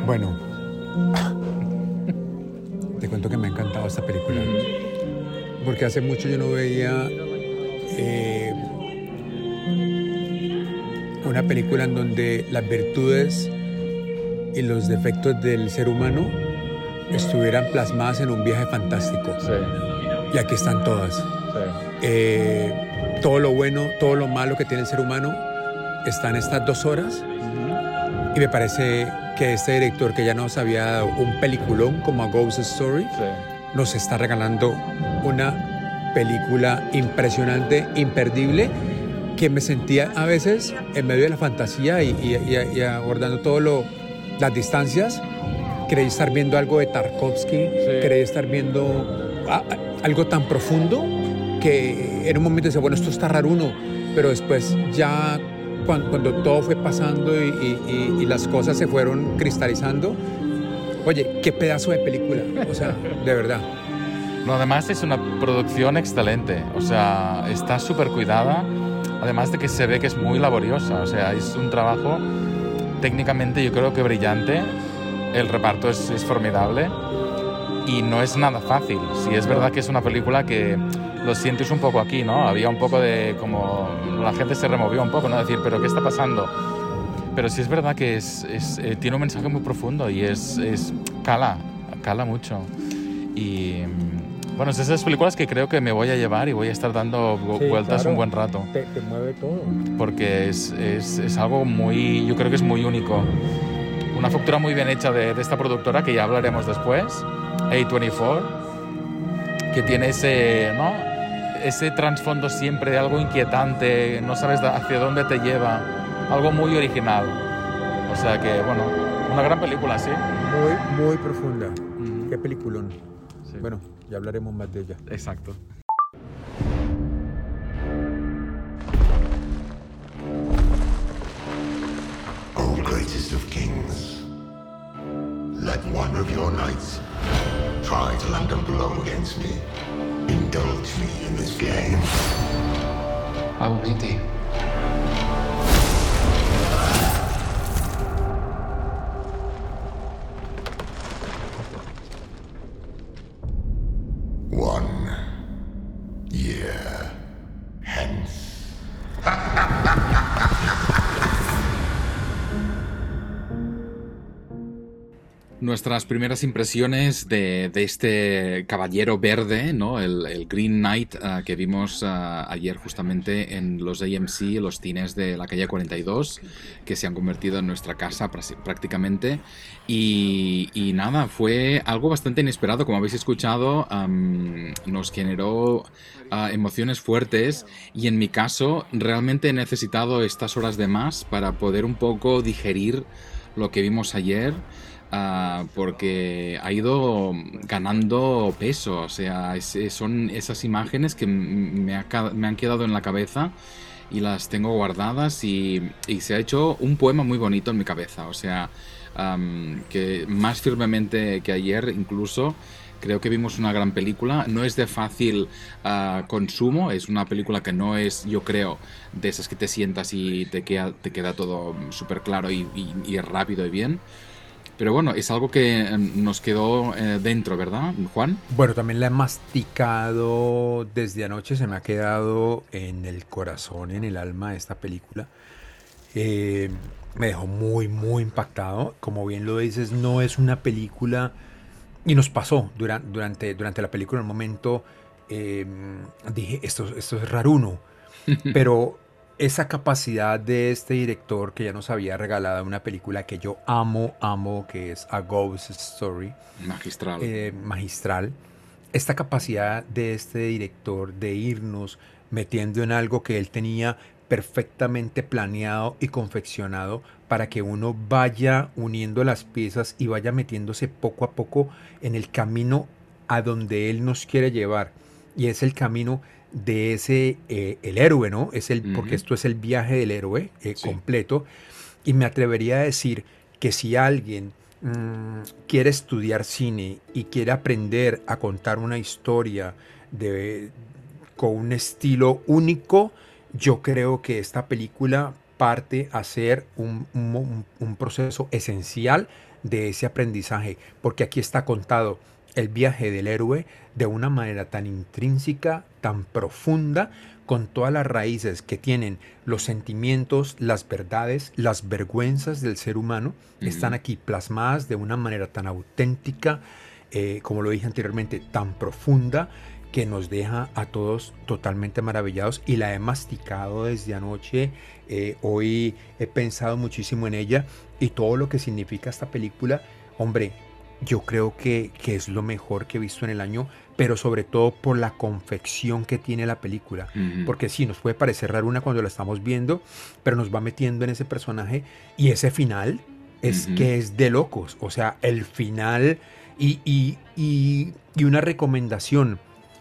Bueno, te cuento que me ha encantado esta película, porque hace mucho yo no veía una película en donde las virtudes y los defectos del ser humano estuvieran plasmadas en un viaje fantástico. Sí. Y aquí están todas. Sí. Todo lo bueno, todo lo malo que tiene el ser humano está en estas 2 horas. Y me parece que este director, que ya nos había dado un peliculón como A Ghost Story, Sí. nos está regalando una película impresionante, imperdible, que me sentía a veces en medio de la fantasía y abordando las distancias. Creí estar viendo algo de Tarkovsky, creí estar viendo algo tan profundo que en un momento decía, bueno, esto está raruno, pero después ya cuando todo fue pasando y las cosas se fueron cristalizando, oye, qué pedazo de película, o sea, de verdad. No, además es una producción excelente, o sea, está súper cuidada, además de que se ve que es muy laboriosa, o sea, es un trabajo técnicamente yo creo que brillante, el reparto es formidable y no es nada fácil. Sí, es verdad que es una película que lo sientes un poco aquí, ¿no? Había un poco de como la gente se removió un poco, ¿no? Decir, ¿pero qué está pasando? Pero sí es verdad que tiene un mensaje muy profundo y cala mucho. Y bueno, es esas películas que creo que me voy a llevar y voy a estar dando vueltas, claro, un buen rato. Te mueve todo. Porque es algo muy, yo creo que es muy único. Una factura muy bien hecha de esta productora, que ya hablaremos después, A24, que tiene ese trasfondo siempre de algo inquietante, no sabes hacia dónde te lleva, algo muy original. O sea que, bueno, una gran película, sí. Muy, muy profunda. Qué peliculón. Sí. Bueno, ya hablaremos más de ella. Exacto. O greatest of kings, let one of your knights try to land a blow against me. Indulge me in this game. I will meet thee. One year hence. Nuestras primeras impresiones de este caballero verde, ¿no? El Green Knight, que vimos ayer justamente en los AMC, los cines de la calle 42, que se han convertido en nuestra casa prácticamente. Y nada, fue algo bastante inesperado, como habéis escuchado, nos generó emociones fuertes, y en mi caso realmente he necesitado estas horas de más para poder un poco digerir lo que vimos ayer. Porque ha ido ganando peso, o sea, son esas imágenes que me han quedado en la cabeza y las tengo guardadas, y se ha hecho un poema muy bonito en mi cabeza, o sea, que más firmemente que ayer incluso. Creo que vimos una gran película, no es de fácil consumo, es una película que no es, yo creo, de esas que te sientas y te queda todo súper claro y rápido y bien. Pero bueno, es algo que nos quedó dentro, ¿verdad, Juan? Bueno, también la he masticado desde anoche, se me ha quedado en el corazón, en el alma esta película. Me dejó muy, muy impactado. Como bien lo dices, no es una película, y nos pasó durante la película, en un momento dije, esto es raruno, pero esa capacidad de este director, que ya nos había regalado una película que yo amo, que es A Ghost Story. Magistral. Esta capacidad de este director de irnos metiendo en algo que él tenía perfectamente planeado y confeccionado para que uno vaya uniendo las piezas y vaya metiéndose poco a poco en el camino a donde él nos quiere llevar. Y es el camino de ese, el héroe, ¿no? Porque esto es el viaje del héroe completo. Y me atrevería a decir que si alguien quiere estudiar cine y quiere aprender a contar una historia con un estilo único, yo creo que esta película parte a ser un proceso esencial de ese aprendizaje, porque aquí está contado el viaje del héroe de una manera tan intrínseca, tan profunda, con todas las raíces que tienen los sentimientos, las verdades, las vergüenzas del ser humano, están aquí plasmadas de una manera tan auténtica, como lo dije anteriormente, tan profunda, que nos deja a todos totalmente maravillados, y la he masticado desde anoche. Hoy he pensado muchísimo en ella y todo lo que significa esta película. Hombre, yo creo que es lo mejor que he visto en el año, pero sobre todo por la confección que tiene la película. Porque sí, nos puede parecer raro una cuando la estamos viendo, pero nos va metiendo en ese personaje, y ese final es que es de locos. O sea, el final y una recomendación.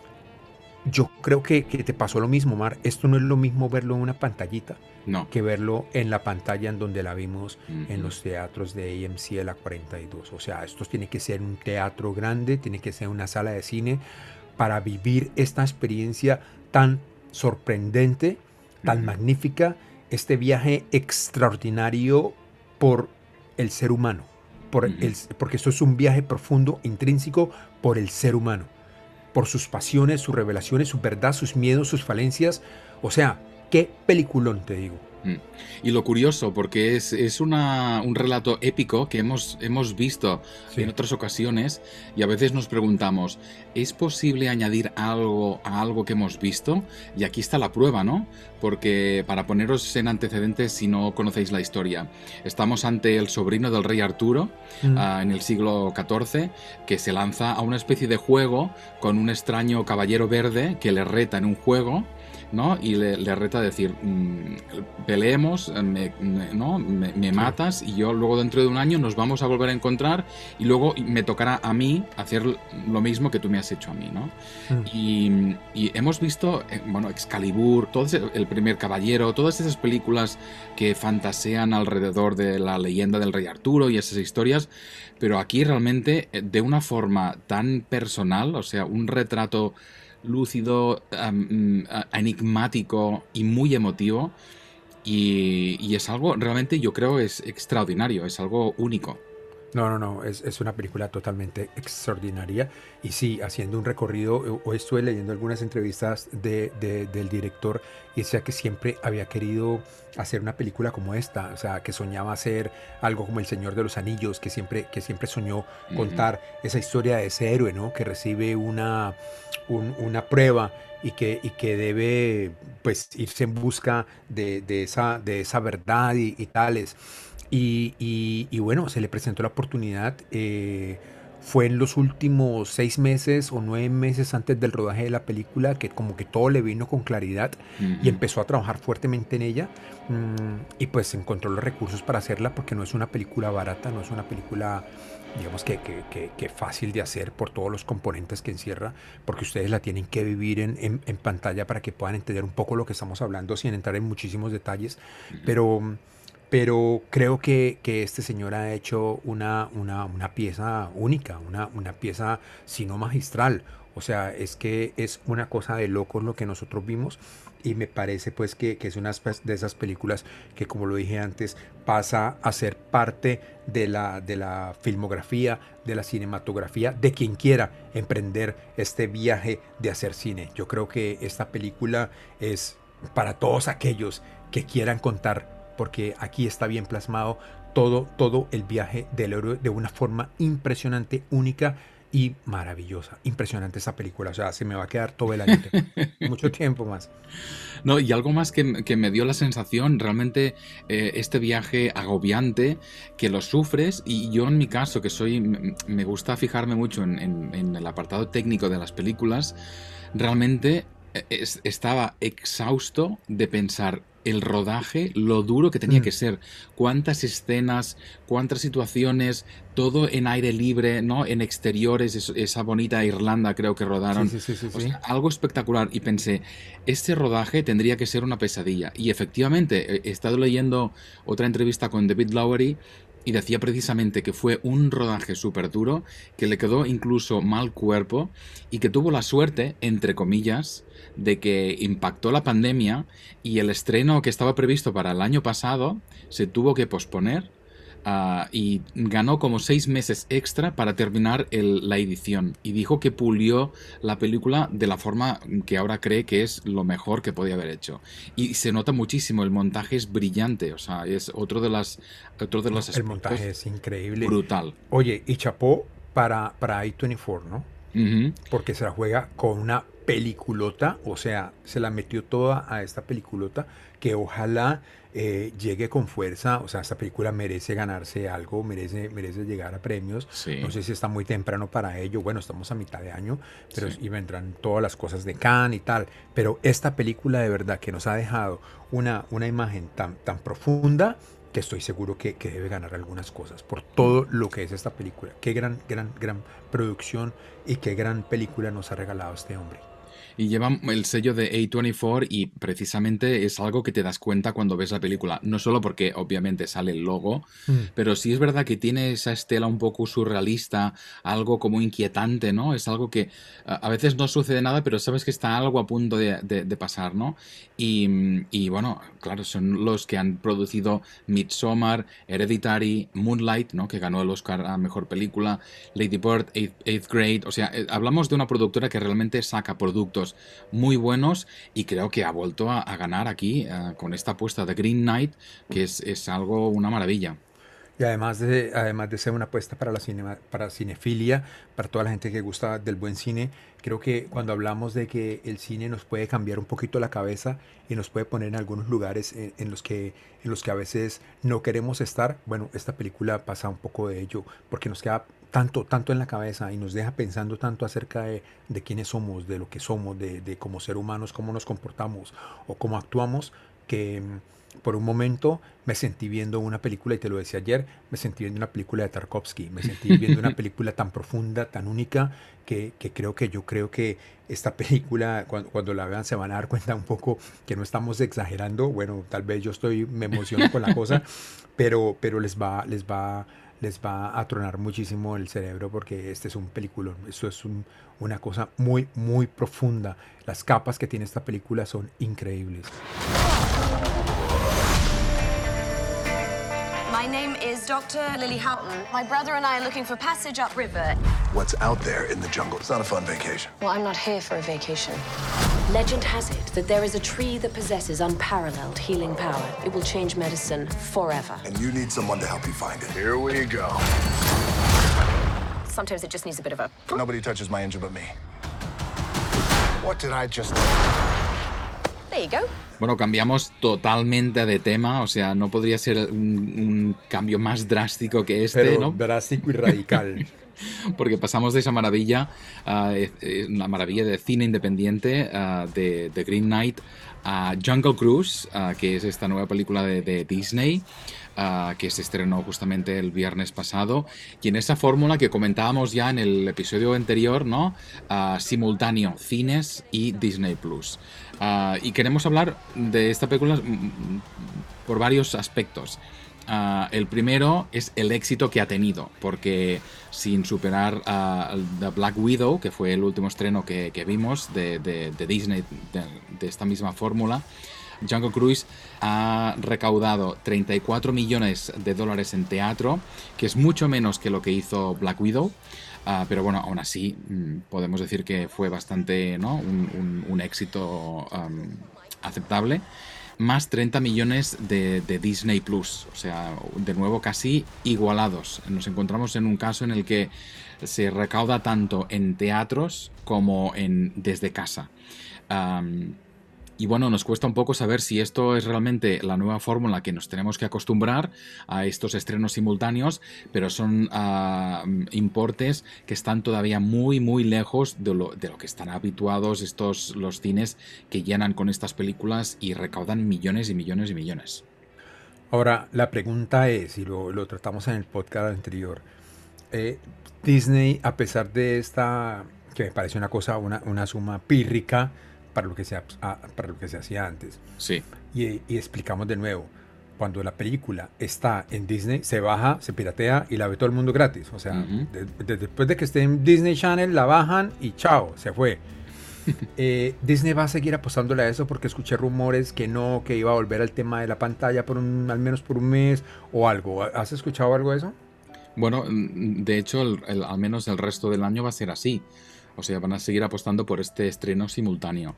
Yo creo que te pasó lo mismo, Mar. Esto no es lo mismo verlo en una pantallita No. que verlo en la pantalla en donde la vimos en Ujú. los teatros de AMC de la 42. O sea, esto tiene que ser un teatro grande, tiene que ser una sala de cine para vivir esta experiencia tan sorprendente, tan magnífica, este viaje extraordinario por el ser humano, porque esto es un viaje profundo, intrínseco por el ser humano, por sus pasiones, sus revelaciones, su verdad, sus miedos, sus falencias. O sea, qué peliculón, te digo. Mm. Y lo curioso, porque es un relato épico que hemos visto Sí. en otras ocasiones, y a veces nos preguntamos, ¿es posible añadir algo a algo que hemos visto? Y aquí está la prueba, ¿no? Porque para poneros en antecedentes, si no conocéis la historia, estamos ante el sobrino del rey Arturo, en el siglo XIV, que se lanza a una especie de juego con un extraño caballero verde que le reta en un juego, ¿no? Y le reta a decir, peleemos, me matas, y yo luego dentro de un año nos vamos a volver a encontrar, y luego me tocará a mí hacer lo mismo que tú me has hecho a mí, ¿no? Y hemos visto, bueno, Excalibur, el primer caballero, todas esas películas que fantasean alrededor de la leyenda del rey Arturo y esas historias, pero aquí realmente de una forma tan personal, o sea, un retrato lúcido, enigmático y muy emotivo, y es algo realmente, yo creo, es extraordinario, es algo único. No, es una película totalmente extraordinaria. Y sí, haciendo un recorrido, hoy estuve leyendo algunas entrevistas del director, y decía que siempre había querido hacer una película como esta. O sea, que soñaba hacer algo como El Señor de los Anillos, que siempre soñó contar esa historia de ese héroe, ¿no? Que recibe una prueba, y que debe, pues, irse en busca de esa verdad y tales. Y bueno, se le presentó la oportunidad. Fue en los últimos 6 meses o 9 meses antes del rodaje de la película que como que todo le vino con claridad, y empezó a trabajar fuertemente en ella. Y pues encontró los recursos para hacerla, porque no es una película barata, no es una película, digamos, que fácil de hacer por todos los componentes que encierra, porque ustedes la tienen que vivir en pantalla para que puedan entender un poco lo que estamos hablando sin entrar en muchísimos detalles. Pero creo que este señor ha hecho una pieza única, una pieza, si no magistral. O sea, es que es una cosa de locos lo que nosotros vimos, y me parece pues que es una de esas películas que, como lo dije antes, pasa a ser parte de la filmografía, de la cinematografía, de quien quiera emprender este viaje de hacer cine. Yo creo que esta película es para todos aquellos que quieran contar, porque aquí está bien plasmado todo el viaje del héroe de una forma impresionante, única y maravillosa. Impresionante esa película. O sea, se me va a quedar todo el año, mucho tiempo más. No, y algo más que me dio la sensación, realmente, este viaje agobiante, que lo sufres, y yo en mi caso, que me gusta fijarme mucho en el apartado técnico de las películas, realmente estaba exhausto de pensar el rodaje, lo duro que tenía que ser, cuántas escenas, cuántas situaciones, todo en aire libre, ¿no? En exteriores, esa bonita Irlanda creo que rodaron. Sí. O sea, algo espectacular, y pensé, este rodaje tendría que ser una pesadilla, y efectivamente, he estado leyendo otra entrevista con David Lowery, y decía precisamente que fue un rodaje súper duro, que le quedó incluso mal cuerpo, y que tuvo la suerte, entre comillas, de que impactó la pandemia, y el estreno que estaba previsto para el año pasado se tuvo que posponer y ganó como 6 meses extra para terminar la edición. Y dijo que pulió la película de la forma que ahora cree que es lo mejor que podía haber hecho. Y se nota muchísimo, el montaje es brillante, o sea, es otro de los El montaje es increíble. Brutal. Oye, y chapó para A24, ¿no? Ujú. Porque se la juega con una peliculota, o sea, se la metió toda a esta peliculota que ojalá llegue con fuerza, o sea, esta película merece ganarse algo, merece llegar a premios. Sí. No sé si está muy temprano para ello, bueno, estamos a mitad de año, pero Sí. y vendrán todas las cosas de Cannes y tal, pero esta película de verdad que nos ha dejado una imagen tan profunda que estoy seguro que debe ganar algunas cosas por todo lo que es esta película. Qué gran producción y qué gran película nos ha regalado este hombre. Y lleva el sello de A24 y precisamente es algo que te das cuenta cuando ves la película. No solo porque obviamente sale el logo, pero sí es verdad que tiene esa estela un poco surrealista, algo como inquietante, ¿no? Es algo que a veces no sucede nada, pero sabes que está algo a punto de pasar, ¿no? Y bueno, claro, son los que han producido Midsommar, Hereditary, Moonlight, ¿no? Que ganó el Oscar a Mejor Película, Lady Bird, Eighth Grade. O sea, hablamos de una productora que realmente saca productos muy buenos y creo que ha vuelto a ganar aquí con esta apuesta de Green Knight, que es algo, una maravilla. Y además de ser una apuesta para para cinefilia, para toda la gente que gusta del buen cine, creo que cuando hablamos de que el cine nos puede cambiar un poquito la cabeza y nos puede poner en algunos lugares en los que a veces no queremos estar, bueno, esta película pasa un poco de ello, porque nos queda tanto en la cabeza y nos deja pensando tanto acerca de quiénes somos, de lo que somos, de como ser humanos, cómo nos comportamos o cómo actuamos, que por un momento me sentí viendo una película, y te lo decía ayer, me sentí viendo una película de Tarkovsky, me sentí viendo una película tan profunda, tan única, que yo creo que esta película, cuando la vean, se van a dar cuenta un poco que no estamos exagerando. Bueno, tal vez me emociono con la cosa, pero les va a tronar muchísimo el cerebro porque este es un peliculón. Esto es una cosa muy profunda. Las capas que tiene esta película son increíbles. My name is Dr. Lily Houghton. My brother and I are looking for passage upriver. What's out there in the jungle? It's not a fun vacation. Well, I'm not here for a vacation. Legend has it that there is a tree that possesses unparalleled healing power. It will change medicine forever. And you need someone to help you find it. Here we go. Sometimes it just needs a bit of a... Nobody touches my engine but me. What did I just do? There you go. Bueno, cambiamos totalmente de tema, o sea, no podría ser un cambio más drástico que este, Pero ¿no? drástico y radical. Porque pasamos de esa maravilla, una maravilla de cine independiente de Green Knight, a Jungle Cruise, que es esta nueva película de Disney, que se estrenó justamente el viernes pasado, y en esa fórmula que comentábamos ya en el episodio anterior, ¿no? Simultáneo, cines y Disney Plus. Y queremos hablar de esta película por varios aspectos. El primero es el éxito que ha tenido, porque sin superar The Black Widow, que fue el último estreno que vimos de Disney, de esta misma fórmula, Jungle Cruise ha recaudado $34 millones en teatro, que es mucho menos que lo que hizo Black Widow. Pero bueno, aún así podemos decir que fue bastante, ¿no? un éxito aceptable. Más 30 millones de Disney Plus, o sea, de nuevo casi igualados. Nos encontramos en un caso en el que se recauda tanto en teatros como desde casa. Y bueno, nos cuesta un poco saber si esto es realmente la nueva fórmula que nos tenemos que acostumbrar a estos estrenos simultáneos, pero son importes que están todavía muy lejos de lo que están habituados los cines que llenan con estas películas y recaudan millones y millones y millones. Ahora, la pregunta es, y lo tratamos en el podcast anterior, Disney, a pesar de esta, que me parece una suma pírrica, para lo que se hacía antes. Sí. Y explicamos de nuevo, cuando la película está en Disney, se baja, se piratea y la ve todo el mundo gratis. O sea, después de que esté en Disney Channel, la bajan y chao, se fue. Disney va a seguir apostándole a eso porque escuché rumores que no, que iba a volver al tema de la pantalla al menos por un mes o algo. ¿Has escuchado algo de eso? Bueno, de hecho, al menos el resto del año va a ser así. O sea, van a seguir apostando por este estreno simultáneo.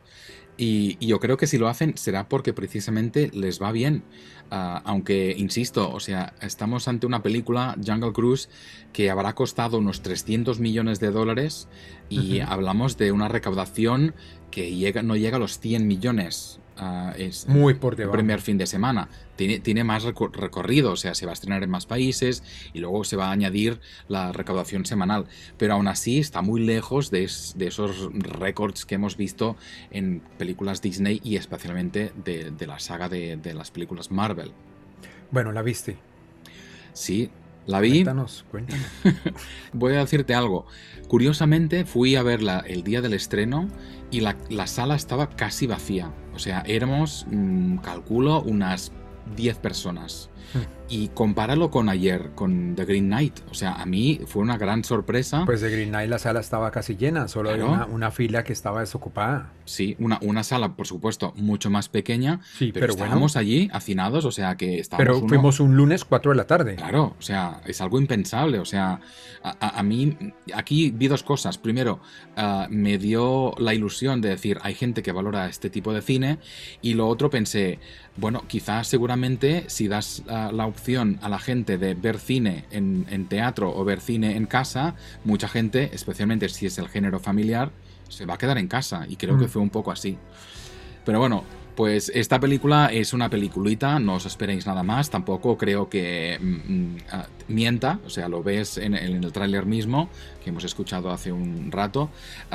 Y yo creo que si lo hacen será porque precisamente les va bien. Aunque, insisto, o sea, estamos ante una película, Jungle Cruise, que habrá costado unos 300 millones de dólares y hablamos de una recaudación que no llega a los 100 millones. Es muy por el debajo. primer fin de semana. Tiene más recorrido, o sea, se va a estrenar en más países y luego se va a añadir la recaudación semanal. Pero aún así está muy lejos de esos récords que hemos visto en películas Disney y especialmente de la saga de las películas Marvel. Bueno, ¿la viste? Sí, la vi. Cuéntanos. Voy a decirte algo. Curiosamente, fui a verla el día del estreno y la sala estaba casi vacía. O sea, éramos, calculo, unas 10 personas. Y compáralo con ayer, con The Green Knight. O sea, a mí fue una gran sorpresa. Pues The Green Knight la sala estaba casi llena, solo Claro. había una fila que estaba desocupada. Sí, una sala, por supuesto, mucho más pequeña, Sí, pero estábamos bueno. allí hacinados, o sea que estábamos Pero fuimos un lunes 4 de la tarde. Claro, o sea, es algo impensable, o sea, a mí aquí vi dos cosas. Primero, me dio la ilusión de decir, hay gente que valora este tipo de cine, y lo otro pensé, bueno, quizás seguramente si das la opción a la gente de ver cine en teatro o ver cine en casa, mucha gente, especialmente si es el género familiar, se va a quedar en casa, y creo que fue un poco así. Pero bueno, pues esta película es una peliculita, no os esperéis nada más, tampoco creo que mienta, o sea, lo ves en el tráiler mismo, que hemos escuchado hace un rato.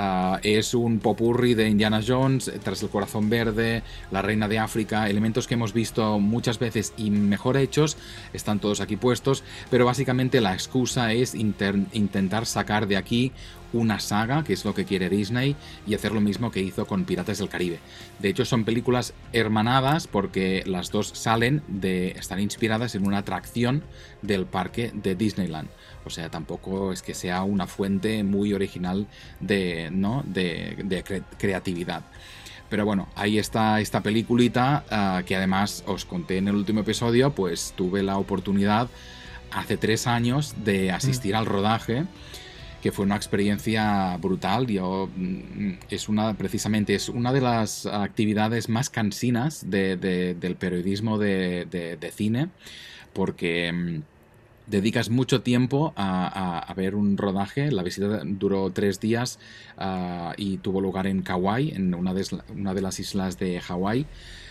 Es un popurrí de Indiana Jones, Tras el corazón verde, La reina de África, elementos que hemos visto muchas veces y mejor hechos, están todos aquí puestos, pero básicamente la excusa es intentar sacar de aquí una saga, que es lo que quiere Disney, y hacer lo mismo que hizo con Piratas del Caribe. De hecho, son películas hermanadas porque las dos están inspiradas en una atracción del parque de Disneyland. O sea, tampoco es que sea una fuente muy original de creatividad. Pero bueno, ahí está esta peliculita, que además os conté en el último episodio, pues tuve la oportunidad hace 3 años de asistir al rodaje, que fue una experiencia brutal. Precisamente es una de las actividades más cansinas del periodismo de cine, porque dedicas mucho tiempo a ver un rodaje. La visita duró 3 días y tuvo lugar en Kauai, en una de las islas de Hawái.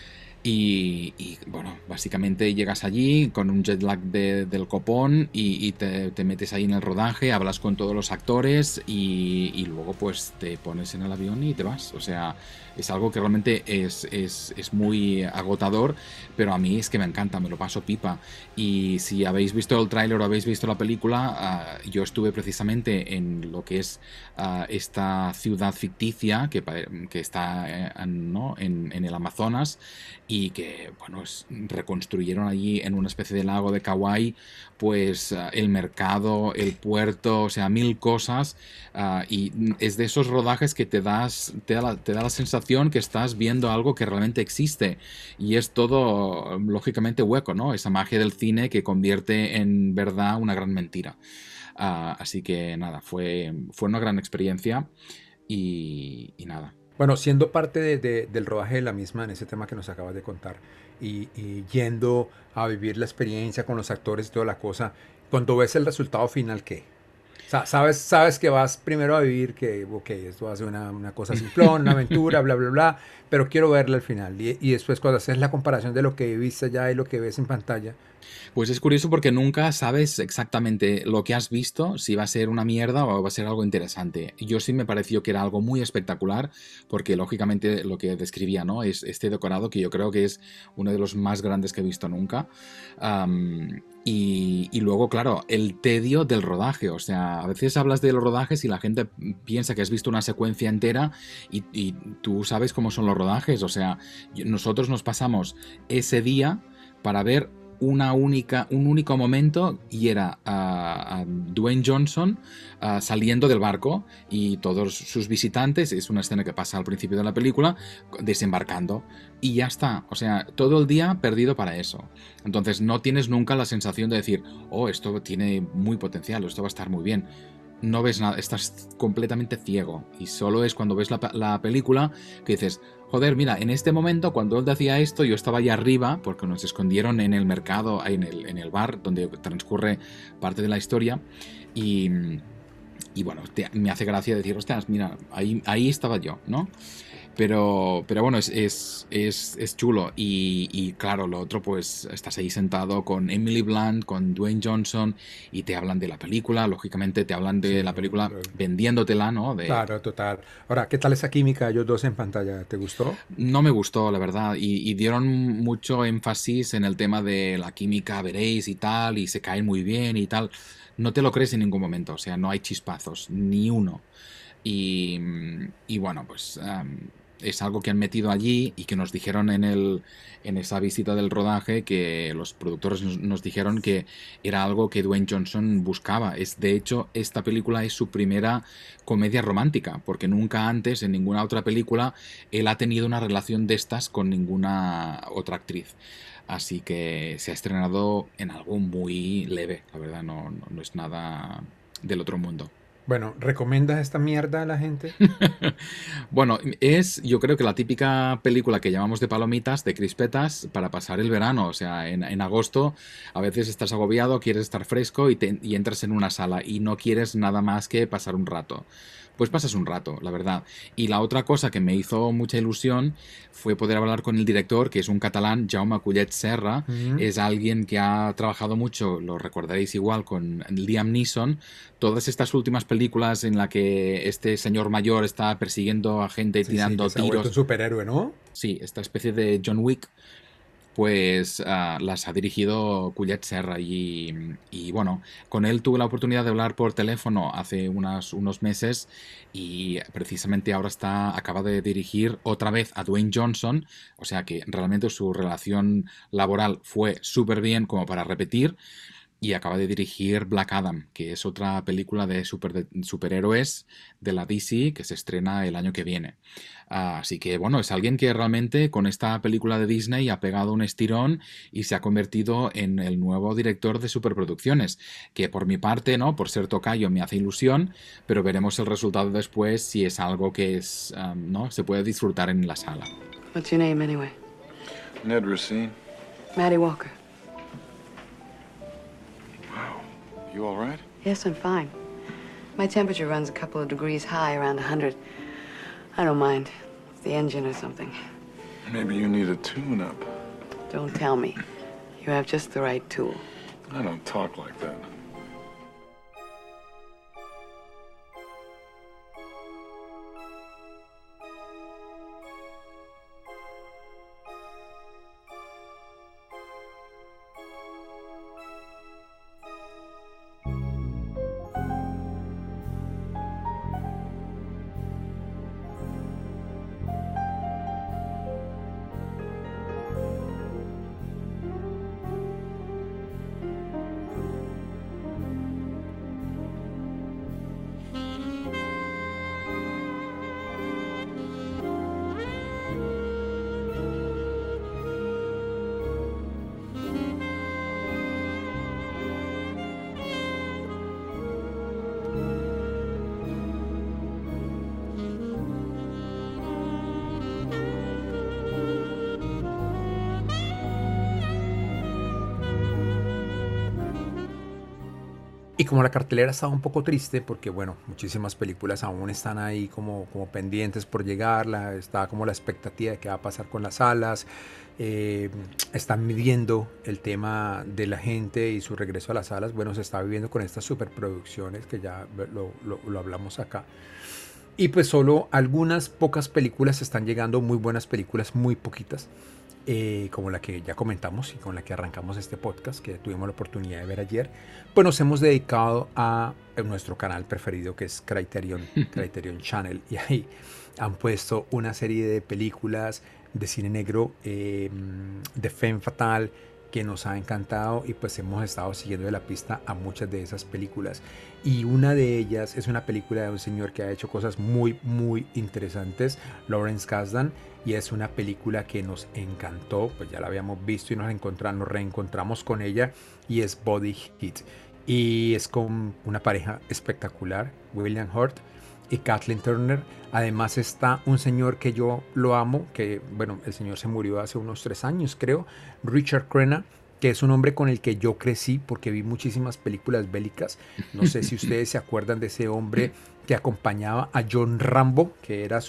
Y bueno, básicamente llegas allí con un jet lag del copón y te metes ahí en el rodaje, hablas con todos los actores y luego pues te pones en el avión y te vas. O sea, es algo que realmente es muy agotador, pero a mí es que me encanta, me lo paso pipa. Y si habéis visto el tráiler o habéis visto la película, yo estuve precisamente en lo que es esta ciudad ficticia que está en el Amazonas, y que, bueno, reconstruyeron allí en una especie de lago de Kauai, pues el mercado, el puerto, o sea, 1000 cosas, y es de esos rodajes que te da la sensación que estás viendo algo que realmente existe, y es todo, lógicamente, hueco, ¿no? Esa magia del cine que convierte en verdad una gran mentira. Así que nada, fue una gran experiencia y nada. Bueno, siendo parte del rodaje de la misma, en ese tema que nos acabas de contar, y yendo a vivir la experiencia con los actores y toda la cosa, cuando ves el resultado final, ¿qué? O sea, sabes que vas primero a vivir que, ok, esto va a ser una cosa simplón, una aventura, bla, bla, bla, pero quiero verla al final. Y después cuando haces la comparación de lo que viste ya y lo que ves en pantalla. Pues es curioso porque nunca sabes exactamente lo que has visto, si va a ser una mierda o va a ser algo interesante. Yo sí me pareció que era algo muy espectacular, porque lógicamente lo que describía, ¿no? Es este decorado que yo creo que es uno de los más grandes que he visto nunca. Y luego, claro, el tedio del rodaje. O sea, a veces hablas de los rodajes y la gente piensa que has visto una secuencia entera y tú sabes cómo son los rodajes. O sea, nosotros nos pasamos ese día para ver un único momento y era a Dwayne Johnson saliendo del barco y todos sus visitantes, es una escena que pasa al principio de la película, desembarcando y ya está, o sea, todo el día perdido para eso. Entonces no tienes nunca la sensación de decir, oh, esto tiene muy potencial, esto va a estar muy bien. No ves nada, estás completamente ciego y solo es cuando ves la película que dices, joder, mira, en este momento cuando él decía esto yo estaba allá arriba porque nos escondieron en el mercado, en el bar donde transcurre parte de la historia y bueno, me hace gracia decir, hostias, mira, ahí estaba yo, ¿no? Pero bueno, es chulo. Y claro, lo otro, pues estás ahí sentado con Emily Blunt, con Dwayne Johnson, y te hablan de la película, lógicamente te hablan de la película vendiéndotela, ¿no? Claro, total. Ahora, ¿qué tal esa química de ellos dos en pantalla? ¿Te gustó? No me gustó, la verdad, y dieron mucho énfasis en el tema de la química, veréis y tal, y se caen muy bien y tal. No te lo crees en ningún momento, o sea, no hay chispazos, ni uno. Y bueno, pues es algo que han metido allí y que nos dijeron en esa visita del rodaje, que los productores nos dijeron que era algo que Dwayne Johnson buscaba. De hecho, esta película es su primera comedia romántica, porque nunca antes, en ninguna otra película, él ha tenido una relación de estas con ninguna otra actriz. Así que se ha estrenado en algo muy leve, la verdad, no es nada del otro mundo. Bueno, ¿recomiendas esta mierda a la gente? Bueno, yo creo que la típica película que llamamos de palomitas, de crispetas, para pasar el verano. O sea, en agosto a veces estás agobiado, quieres estar fresco y entras en una sala y no quieres nada más que pasar un rato. Pues pasas un rato, la verdad. Y la otra cosa que me hizo mucha ilusión fue poder hablar con el director, que es un catalán, Jaume Collet Serra. Es alguien que ha trabajado mucho, lo recordaréis igual, con Liam Neeson. Todas estas últimas películas en las que este señor mayor está persiguiendo a gente y tirando que se ha vuelto tiros. un superhéroe, ¿no? Sí, esta especie de John Wick, pues las ha dirigido Collet Serra y bueno, con él tuve la oportunidad de hablar por teléfono hace unos meses y precisamente ahora acaba de dirigir otra vez a Dwayne Johnson, o sea que realmente su relación laboral fue súper bien como para repetir. Y acaba de dirigir Black Adam, que es otra película de superhéroes de la DC que se estrena el año que viene. Así que bueno, es alguien que realmente con esta película de Disney ha pegado un estirón y se ha convertido en el nuevo director de superproducciones, que por mi parte, ¿no? Por ser tocayo me hace ilusión, pero veremos el resultado después si es algo que ¿no? Se puede disfrutar en la sala. What's your name anyway? Ned Racine. Maddie Walker. You all right? Yes, I'm fine. My temperature runs a couple of degrees high, around 100. I don't mind. It's the engine or something. Maybe you need a tune-up. Don't tell me. You have just the right tool. I don't talk like that. Y como la cartelera estaba un poco triste, porque bueno, muchísimas películas aún están ahí como pendientes por llegar, está como la expectativa de qué va a pasar con las salas, están midiendo el tema de la gente y su regreso a las salas. Bueno, se está viviendo con estas superproducciones que ya lo hablamos acá. Y pues solo algunas pocas películas están llegando, muy buenas películas, muy poquitas. Como la que ya comentamos y con la que arrancamos este podcast, que tuvimos la oportunidad de ver ayer, pues nos hemos dedicado a nuestro canal preferido, que es Criterion Channel, y ahí han puesto una serie de películas de cine negro, de Femme Fatale, que nos ha encantado y pues hemos estado siguiendo de la pista a muchas de esas películas. Y una de ellas es una película de un señor que ha hecho cosas muy, muy interesantes, Lawrence Kasdan, y es una película que nos encantó, pues ya la habíamos visto y nos reencontramos con ella, y es Body Heat. Y es con una pareja espectacular, William Hurt y Kathleen Turner. Además está un señor que yo lo amo, que bueno, el señor se murió hace unos 3 años creo, Richard Crenna, que es un hombre con el que yo crecí porque vi muchísimas películas bélicas. No sé si ustedes se acuerdan de ese hombre que acompañaba a John Rambo, que era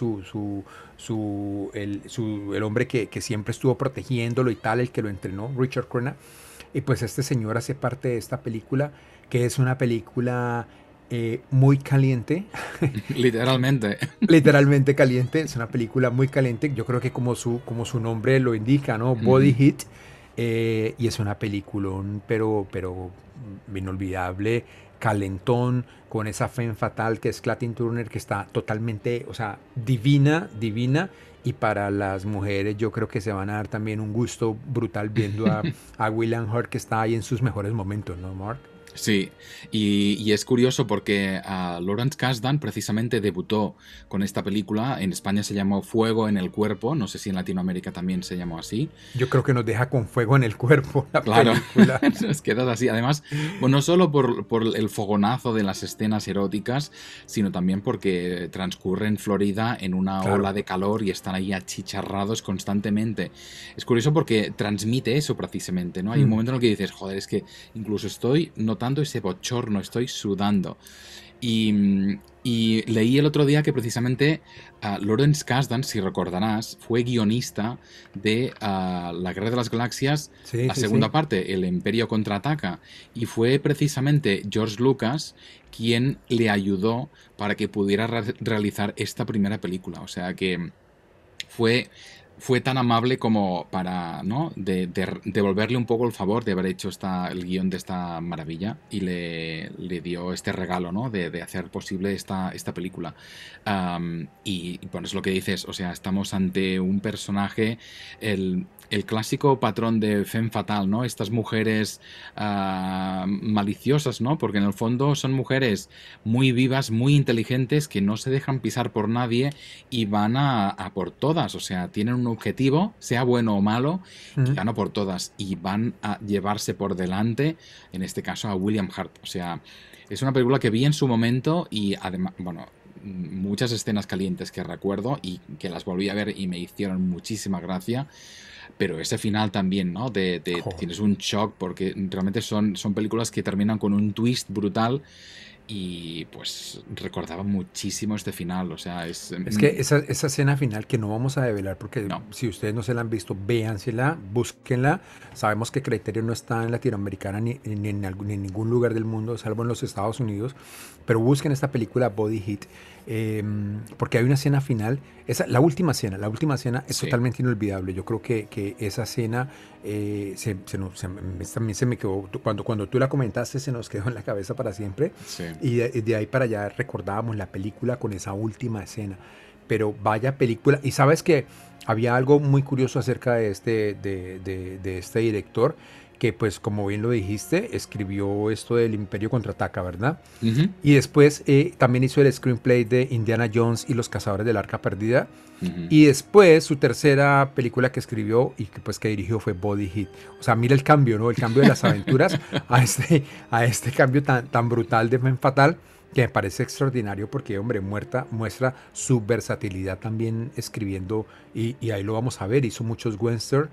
el hombre que siempre estuvo protegiéndolo y tal, el que lo entrenó, Richard Crenna. Y pues este señor hace parte de esta película, que es una película muy caliente. Literalmente. Literalmente caliente, es una película muy caliente. Yo creo que como su nombre lo indica, ¿no? Body Heat. Y es una peliculón, pero inolvidable, calentón, con esa femme fatal que es Kathleen Turner, que está totalmente, o sea, divina, divina. Y para las mujeres yo creo que se van a dar también un gusto brutal viendo a William Hurt, que está ahí en sus mejores momentos, ¿no, Mark? Sí, y es curioso porque Lawrence Kasdan precisamente debutó con esta película. En España se llamó Fuego en el Cuerpo, no sé si en Latinoamérica también se llamó así. Yo creo que nos deja con fuego en el cuerpo la claro, película. Nos quedas así. Además, bueno, no solo por el fogonazo de las escenas eróticas, sino también porque transcurre en Florida en una ola de calor y están ahí achicharrados constantemente. Es curioso porque transmite eso precisamente, ¿no? Hay un momento en el que dices, joder, es que incluso estoy notando ese bochorno, estoy sudando. Y leí el otro día que precisamente Lawrence Kasdan, si recordarás, fue guionista de La Guerra de las Galaxias, la segunda parte, El Imperio Contraataca, y fue precisamente George Lucas quien le ayudó para que pudiera realizar esta primera película. O sea que fue tan amable como para, ¿no?, de devolverle un poco el favor de haber hecho el guión de esta maravilla, y le dio este regalo, ¿no?, de hacer posible esta película. Y bueno, es lo que dices, o sea, estamos ante un personaje, el clásico patrón de femme fatale, ¿no? Estas mujeres maliciosas, ¿no? Porque en el fondo son mujeres muy vivas, muy inteligentes, que no se dejan pisar por nadie y van a por todas. O sea, tienen un objetivo, sea bueno o malo, y van a por todas. Y van a llevarse por delante, en este caso, a William Hurt. O sea, es una película que vi en su momento y además, bueno, muchas escenas calientes que recuerdo y que las volví a ver y me hicieron muchísima gracia. Pero ese final también, ¿no? Tienes un shock porque realmente son películas que terminan con un twist brutal y pues recordaba muchísimo este final. O sea, es que esa escena final que no vamos a develar porque si ustedes no se la han visto, véansela, búsquenla. Sabemos que Criterion no está en Latinoamericana ni en ningún lugar del mundo, salvo en los Estados Unidos, pero busquen esta película Body Heat. Porque hay una escena final, la última escena es totalmente inolvidable. Yo creo que esa escena también se me quedó, cuando tú la comentaste se nos quedó en la cabeza para siempre. Y de ahí para allá recordábamos la película con esa última escena. Pero vaya película. Y sabes que había algo muy curioso acerca de este director, que pues como bien lo dijiste, escribió esto del Imperio Contraataca, ¿verdad? Y después también hizo el screenplay de Indiana Jones y los Cazadores del Arca Perdida. Y después su tercera película que escribió y que dirigió fue Body Heat. O sea, mira el cambio, ¿no? El cambio de las aventuras a este cambio tan brutal de Femme Fatale, que me parece extraordinario porque, hombre, muestra su versatilidad también escribiendo, y ahí lo vamos a ver. Hizo muchos western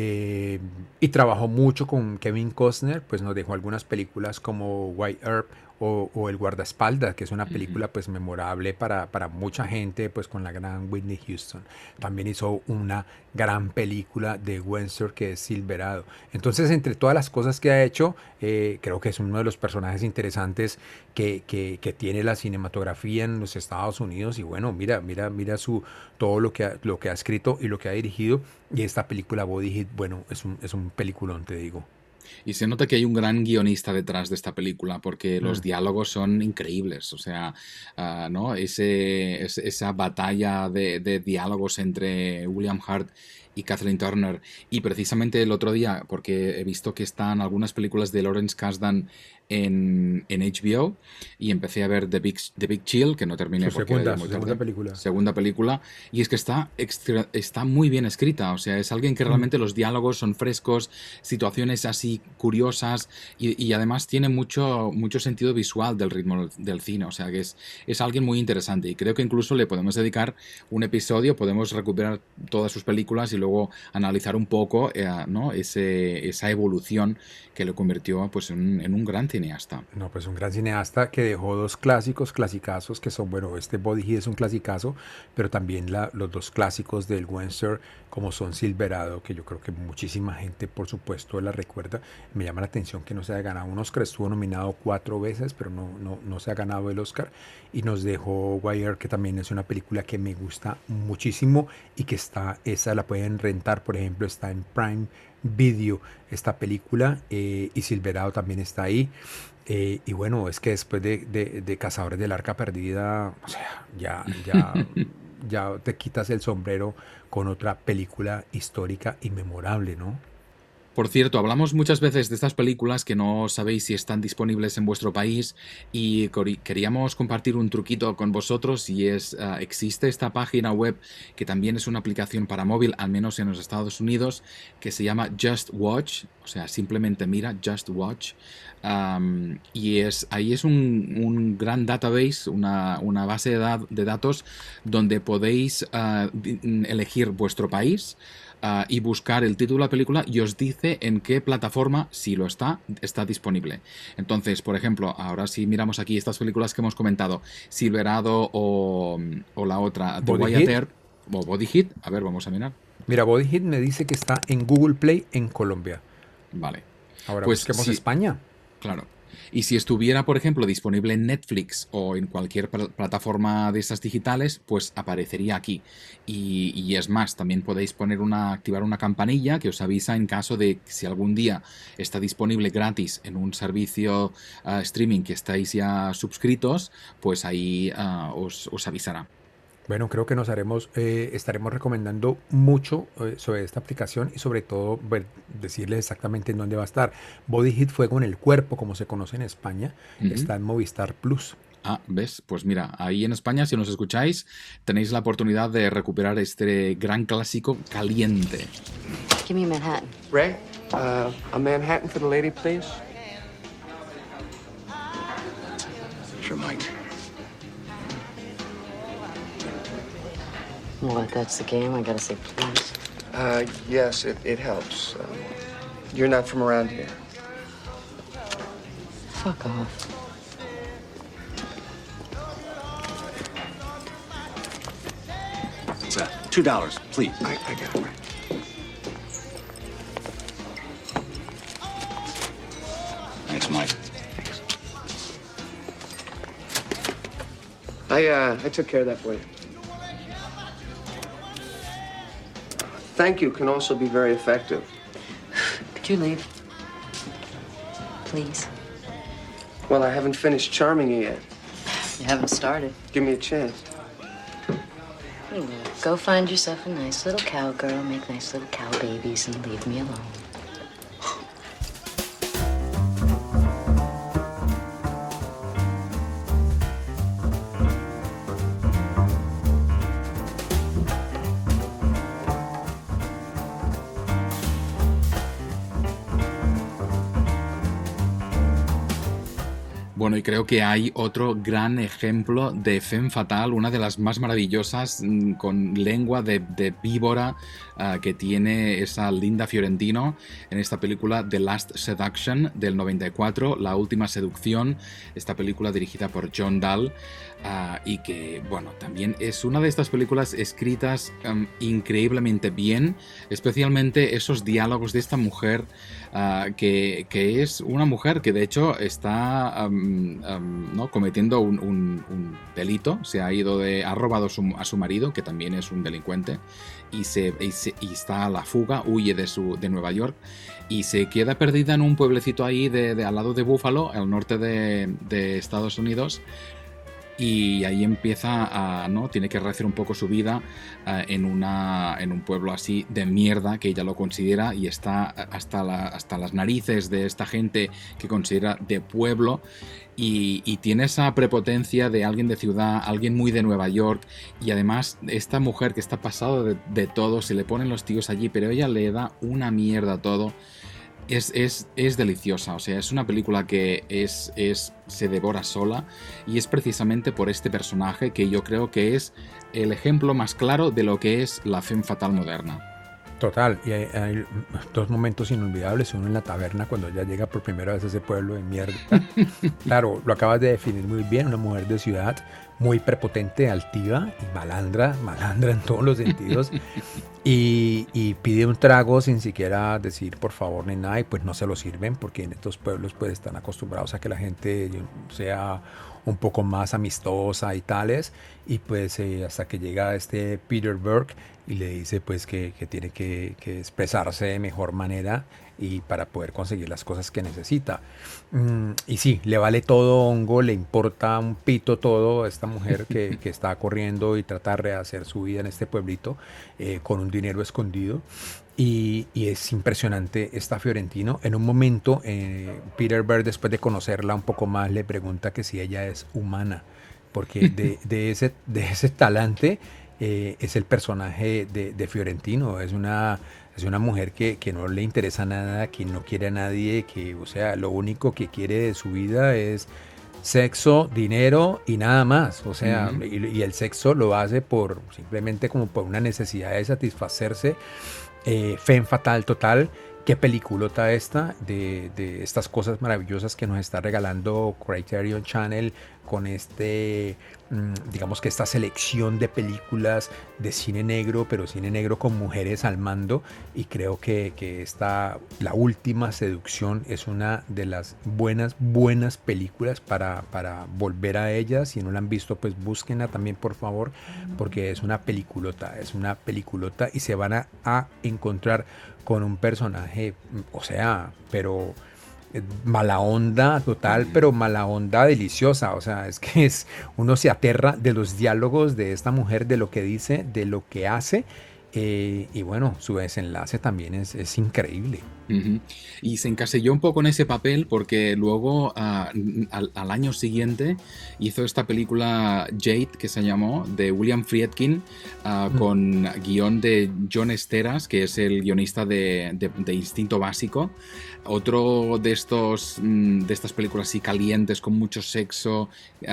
y trabajó mucho con Kevin Costner, pues nos dejó algunas películas como White Earp o El Guardaespaldas, que es una película pues memorable para mucha gente, pues con la gran Whitney Houston. También hizo una gran película de western que es Silverado. Entonces, entre todas las cosas que ha hecho, creo que es uno de los personajes interesantes que tiene la cinematografía en los Estados Unidos. Y bueno, mira todo lo que ha escrito y lo que ha dirigido. Y esta película Body Heat, bueno, es un peliculón, te digo. Y se nota que hay un gran guionista detrás de esta película porque los diálogos son increíbles. O sea, ¿no? Esa batalla de diálogos entre William Hurt y Kathleen Turner. Y precisamente el otro día, porque he visto que están algunas películas de Lawrence Kasdan en HBO, y empecé a ver The Big Chill, que no terminé Su porque era ya segunda, muy su tarde. segunda película. Segunda película, y es que está muy bien escrita, o sea, es alguien que realmente los diálogos son frescos, situaciones así curiosas, y además tiene mucho sentido visual del ritmo del cine, o sea, que es alguien muy interesante, y creo que incluso le podemos dedicar un episodio, podemos recuperar todas sus películas y luego analizar un poco ¿no? esa evolución que lo convirtió pues en un gran cineasta. No, pues un gran cineasta que dejó dos clasicazos, que son, bueno, este Body Heat es un clasicazo, pero también los dos clásicos del western, como son Silverado, que yo creo que muchísima gente, por supuesto, la recuerda. Me llama la atención que no se haya ganado un Oscar, estuvo nominado 4 veces, pero no se ha ganado el Oscar. Y nos dejó Wire, que también es una película que me gusta muchísimo y que esa la pueden rentar, por ejemplo, está en Prime Video esta película, y Silverado también está ahí. Y bueno, es que después de Cazadores del Arca Perdida, o sea, ya te quitas el sombrero con otra película histórica y memorable, ¿no? Por cierto, hablamos muchas veces de estas películas que no sabéis si están disponibles en vuestro país, y queríamos compartir un truquito con vosotros, y existe esta página web que también es una aplicación para móvil, al menos en los Estados Unidos, que se llama Just Watch, o sea, simplemente mira Just Watch, y ahí es un gran database, una base de datos donde podéis elegir vuestro país, y buscar el título de la película, y os dice en qué plataforma, si lo está disponible. Entonces, por ejemplo, ahora si miramos aquí estas películas que hemos comentado, Silverado o la otra, The Wyatt Earp o Body Heat, a ver, vamos a mirar. Mira, Body Heat me dice que está en Google Play en Colombia. Vale. Ahora pues busquemos España. Claro. Y si estuviera, por ejemplo, disponible en Netflix o en cualquier plataforma de estas digitales, pues aparecería aquí. Y es más, también podéis activar una campanilla que os avisa en caso de que si algún día está disponible gratis en un servicio streaming que estáis ya suscritos, pues ahí os avisará. Bueno, creo que estaremos recomendando mucho sobre esta aplicación, y sobre todo decirles exactamente en dónde va a estar. Body Heat, Fuego en el Cuerpo, como se conoce en España, está en Movistar Plus. Ah, ¿ves? Pues mira, ahí en España, si nos escucháis, tenéis la oportunidad de recuperar este gran clásico caliente. Give me a Manhattan. Ray, a Manhattan for the lady, please. Sure, Mike. Well, if that's the game, I gotta say please. Yes, it helps. You're not from around here. Fuck off. It's $2, please. I got it, Ray. Thanks, Mike. I took care of that for you. Thank you can also be very effective. Could you leave? Please. Well, I haven't finished charming you yet. You haven't started. Give me a chance. Go find yourself a nice little cowgirl, make nice little cow babies, and leave me alone. Bueno, y creo que hay otro gran ejemplo de femme fatale, una de las más maravillosas, con lengua de víbora, que tiene esa Linda Fiorentino en esta película The Last Seduction del 94, La Última Seducción, esta película dirigida por John Dahl, y que, bueno, también es una de estas películas escritas increíblemente bien, especialmente esos diálogos de esta mujer, que es una mujer que de hecho está ¿no? cometiendo un delito, ha robado a su marido, que también es un delincuente, y está a la fuga, huye de Nueva York, y se queda perdida en un pueblecito ahí al lado de Buffalo, al norte de Estados Unidos. y ahí empieza a, ¿no? Tiene que rehacer un poco su vida en un pueblo así de mierda que ella lo considera, y está hasta las narices de esta gente que considera de pueblo, y tiene esa prepotencia de alguien de ciudad, alguien muy de Nueva York, y además esta mujer que está pasado de todo, se le ponen los tíos allí, pero ella le da una mierda a todo. Es deliciosa, o sea, es una película que se devora sola, y es precisamente por este personaje que yo creo que es el ejemplo más claro de lo que es la femme fatale moderna. Total, y hay dos momentos inolvidables. Uno en la taberna, cuando ella llega por primera vez a ese pueblo de mierda. Claro, lo acabas de definir muy bien, una mujer de ciudad muy prepotente, altiva y malandra en todos los sentidos. Y pide un trago sin siquiera decir por favor ni nada, y pues no se lo sirven, porque en estos pueblos pues están acostumbrados a que la gente sea un poco más amistosa y tales, y pues hasta que llega este Peter Berg y le dice pues que tiene que expresarse de mejor manera y para poder conseguir las cosas que necesita. Y sí, le vale todo hongo, le importa un pito todo a esta mujer que está corriendo y trata de rehacer su vida en este pueblito con un dinero escondido. Y es impresionante esta Fiorentino. En un momento, Peter Berg, después de conocerla un poco más, le pregunta que si ella es humana, porque de ese talante es el personaje de Fiorentino. Es una mujer que no le interesa nada, que no quiere a nadie, que, o sea, lo único que quiere de su vida es sexo, dinero y nada más. O sea, y el sexo lo hace simplemente como por una necesidad de satisfacerse. Femme fatale total. Qué peliculota esta, de estas cosas maravillosas que nos está regalando Criterion Channel con digamos que esta selección de películas de cine negro, pero cine negro con mujeres al mando. Y creo que La Última Seducción es una de las buenas películas para volver a ella. Si no la han visto, pues búsquenla también, por favor, porque es una peliculota y se van a encontrar con un personaje, o sea, pero mala onda total, pero mala onda deliciosa. O sea, es que uno se aterra de los diálogos de esta mujer, de lo que dice, de lo que hace, y bueno, su desenlace también es increíble. Y se encasilló un poco en ese papel porque luego al año siguiente hizo esta película Jade, que se llamó, de William Friedkin, con guión de John Esteras, que es el guionista de Instinto Básico. Otro de estas películas así calientes, con mucho sexo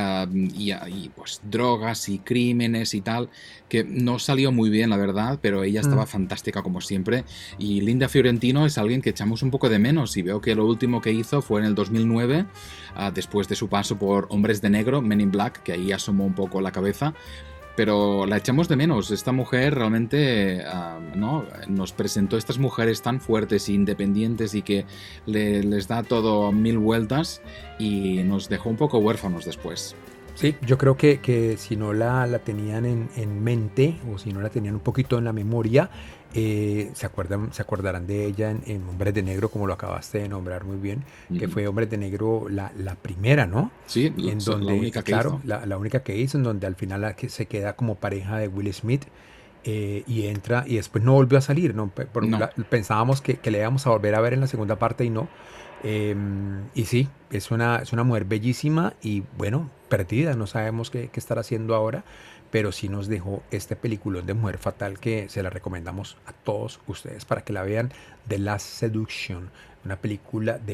y pues drogas y crímenes y tal, que no salió muy bien, la verdad, pero ella estaba fantástica como siempre. Y Linda Fiorentino es alguien que echamos un poco de menos, y veo que lo último que hizo fue en el 2009, después de su paso por Hombres de Negro, Men in Black, que ahí asomó un poco la cabeza. Pero la echamos de menos. Esta mujer realmente ¿no? Nos presentó estas mujeres tan fuertes e independientes, y que les da todo mil vueltas, y nos dejó un poco huérfanos después. Sí, yo creo que si no la tenían en mente, o si no la tenían un poquito en la memoria, se acordarán de ella en Hombres de Negro, como lo acabaste de nombrar muy bien, que fue Hombres de Negro la primera, ¿no? Sí, la única que hizo. La única que hizo, en donde al final se queda como pareja de Will Smith. Y entra, y después no volvió a salir, ¿no? Pensábamos que le íbamos a volver a ver en la segunda parte, y no. Y sí, es una mujer bellísima y, bueno, perdida. No sabemos qué estará haciendo ahora, pero sí nos dejó este peliculón de Mujer Fatal, que se la recomendamos a todos ustedes para que la vean. The Last Seduction, una película de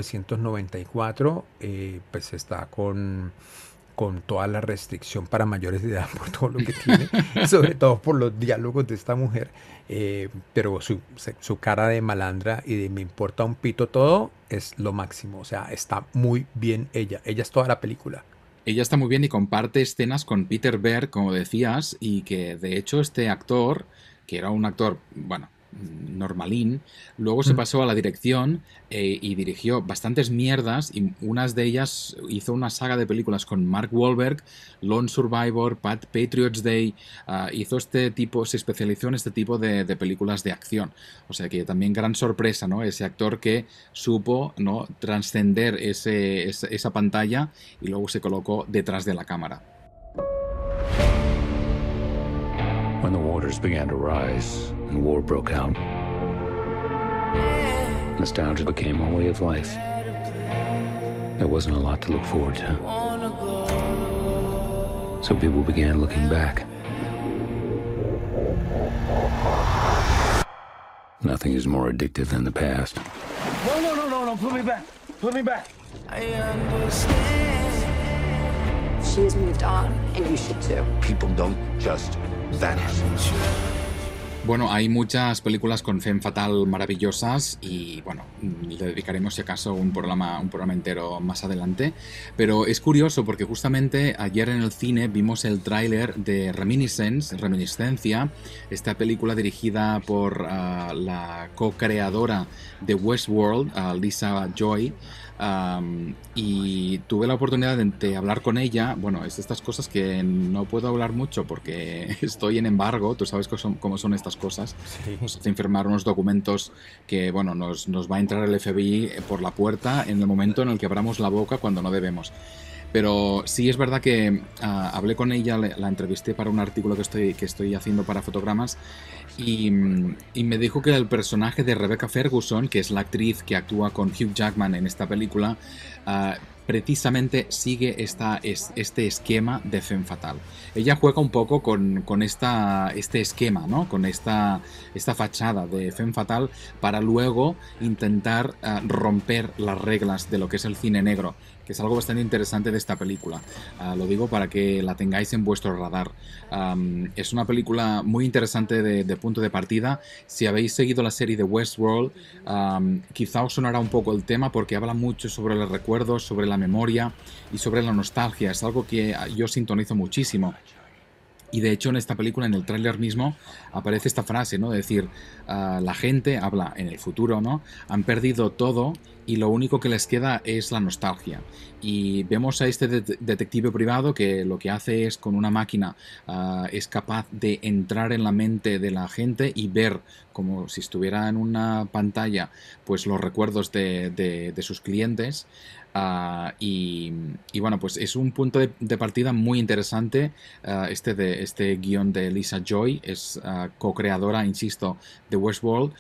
1994, pues está con toda la restricción para mayores de edad por todo lo que tiene, sobre todo por los diálogos de esta mujer, pero su cara de malandra y de me importa un pito todo es lo máximo. O sea, está muy bien ella es toda la película. Ella está muy bien y comparte escenas con Peter Berg, como decías, y que de hecho este actor, que era un actor, bueno, normalín, luego se pasó a la dirección y dirigió bastantes mierdas, y unas de ellas hizo una saga de películas con Mark Wahlberg, Lone Survivor, Patriots Day. Se especializó en este tipo de películas de acción. O sea que también gran sorpresa, ¿no? Ese actor que supo, ¿no?, trascender esa pantalla y luego se colocó detrás de la cámara. waters began to rise and war broke out, nostalgia became a way of life. There wasn't a lot to look forward to. So people began looking back. Nothing is more addictive than the past. No, put me back. Put me back. I understand. She has moved on, and you should too. People don't just vanish. Bueno, hay muchas películas con femme fatal maravillosas y bueno, le dedicaremos si acaso un programa entero más adelante, pero es curioso porque justamente ayer en el cine vimos el tráiler de Reminiscencia, esta película dirigida por la co-creadora de Westworld, Lisa Joy, y tuve la oportunidad de hablar con ella. Bueno, es de estas cosas que no puedo hablar mucho porque estoy en embargo, tú sabes cómo son estas cosas. Sí. Nos hacen firmar unos documentos que, bueno, nos va a entrar el FBI por la puerta en el momento en el que abramos la boca cuando no debemos. Pero sí es verdad que hablé con ella, la entrevisté para un artículo que estoy haciendo para Fotogramas y me dijo que el personaje de Rebecca Ferguson, que es la actriz que actúa con Hugh Jackman en esta película, precisamente sigue este esquema de femme fatal. Ella juega un poco con este esquema, ¿no? Con esta fachada de femme fatal para luego intentar romper las reglas de lo que es el cine negro, que es algo bastante interesante de esta película. Lo digo para que la tengáis en vuestro radar. Es una película muy interesante de punto de partida. Si habéis seguido la serie de Westworld, quizá os sonará un poco el tema porque habla mucho sobre los recuerdos, sobre la memoria y sobre la nostalgia. Es algo que yo sintonizo muchísimo. Y de hecho en esta película, en el tráiler mismo, aparece esta frase, ¿no? De decir, la gente habla en el futuro, ¿no? Han perdido todo y lo único que les queda es la nostalgia. Y vemos a este detective privado que lo que hace es, con una máquina, es capaz de entrar en la mente de la gente y ver, como si estuviera en una pantalla, pues los recuerdos de sus clientes. Y bueno, pues es un punto de partida muy interesante. Este guión de Lisa Joy es co-creadora, insisto, de Westworld.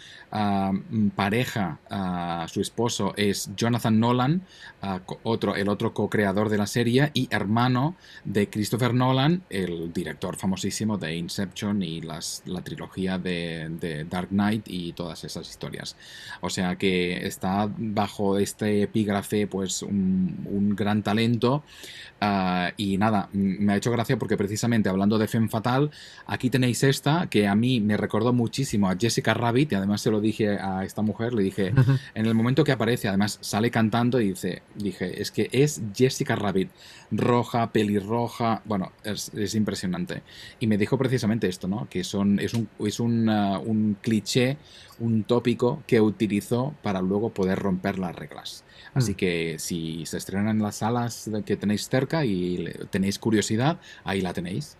Pareja, su esposo es Jonathan Nolan, el otro co-creador de la serie y hermano de Christopher Nolan, el director famosísimo de Inception y la trilogía de Dark Knight y todas esas historias. O sea que está bajo este epígrafe pues un gran talento. Y nada, me ha hecho gracia porque precisamente hablando de femme fatal, aquí tenéis esta que a mí me recordó muchísimo a Jessica Rabbit, y además se lo dije a esta mujer, le dije, en el momento que aparece, además sale cantando y dije, es que es Jessica Rabbit, roja, pelirroja, bueno, es impresionante. Y me dijo precisamente esto, ¿no? Que es un cliché, un tópico que utilizó para luego poder romper las reglas. Así que si se estrenan en las salas que tenéis cerca y tenéis curiosidad, ahí la tenéis.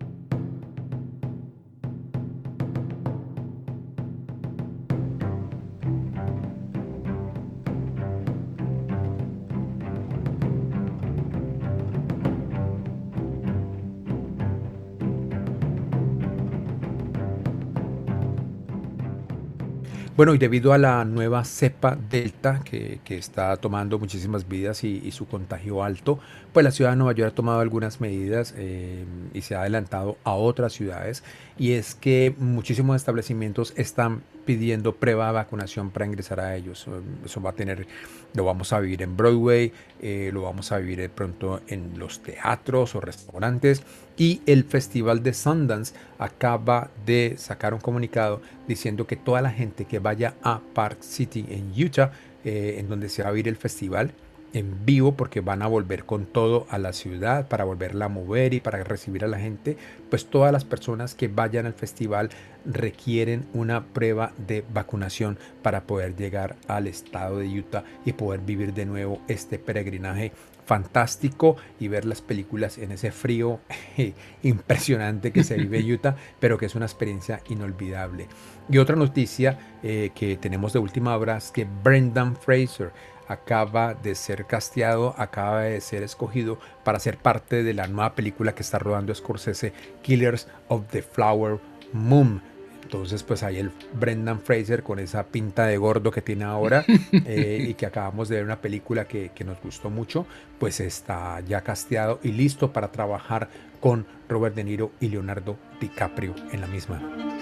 Bueno, y debido a la nueva cepa Delta que está tomando muchísimas vidas y su contagio alto, pues la ciudad de Nueva York ha tomado algunas medidas y se ha adelantado a otras ciudades. Y es que muchísimos establecimientos están pidiendo prueba de vacunación para ingresar a ellos. Eso lo vamos a vivir en Broadway, lo vamos a vivir de pronto en los teatros o restaurantes. Y el Festival de Sundance acaba de sacar un comunicado diciendo que toda la gente que vaya a Park City en Utah, en donde se va a vivir el festival en vivo, porque van a volver con todo a la ciudad para volverla a mover y para recibir a la gente, pues todas las personas que vayan al festival requieren una prueba de vacunación para poder llegar al estado de Utah y poder vivir de nuevo este peregrinaje fantástico y ver las películas en ese frío impresionante que se vive en Utah, pero que es una experiencia inolvidable. Y otra noticia que tenemos de última hora es que Brendan Fraser acaba de ser casteado, acaba de ser escogido para ser parte de la nueva película que está rodando Scorsese, Killers of the Flower Mum. Entonces, pues ahí el Brendan Fraser con esa pinta de gordo que tiene ahora y que acabamos de ver una película que nos gustó mucho, pues está ya casteado y listo para trabajar con Robert De Niro y Leonardo DiCaprio en la misma.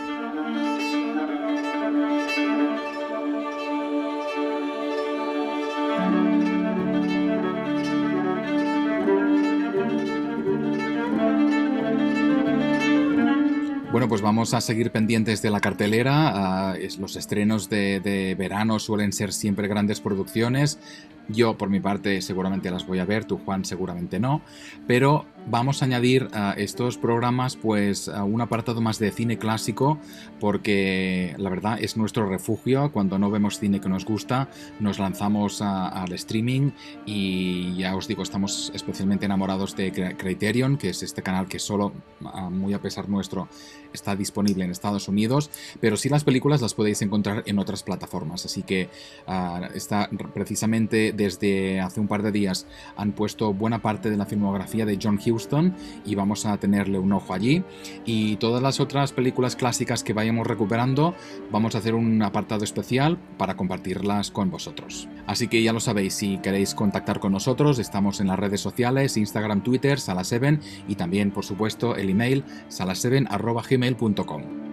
Bueno, pues vamos a seguir pendientes de la cartelera. Los estrenos de verano suelen ser siempre grandes producciones. Yo, por mi parte, seguramente las voy a ver, tú, Juan, seguramente no, pero vamos a añadir a estos programas pues a un apartado más de cine clásico, porque la verdad es nuestro refugio. Cuando no vemos cine que nos gusta, nos lanzamos al streaming y ya os digo, estamos especialmente enamorados de Criterion, que es este canal que solo, muy a pesar nuestro, está disponible en Estados Unidos, pero sí las películas las podéis encontrar en otras plataformas, así que está precisamente desde hace un par de días han puesto buena parte de la filmografía de John Huston y vamos a tenerle un ojo allí, y todas las otras películas clásicas que vayamos recuperando vamos a hacer un apartado especial para compartirlas con vosotros. Así que ya lo sabéis, si queréis contactar con nosotros estamos en las redes sociales, Instagram, Twitter, Sala7, y también por supuesto el email sala7@gmail.com.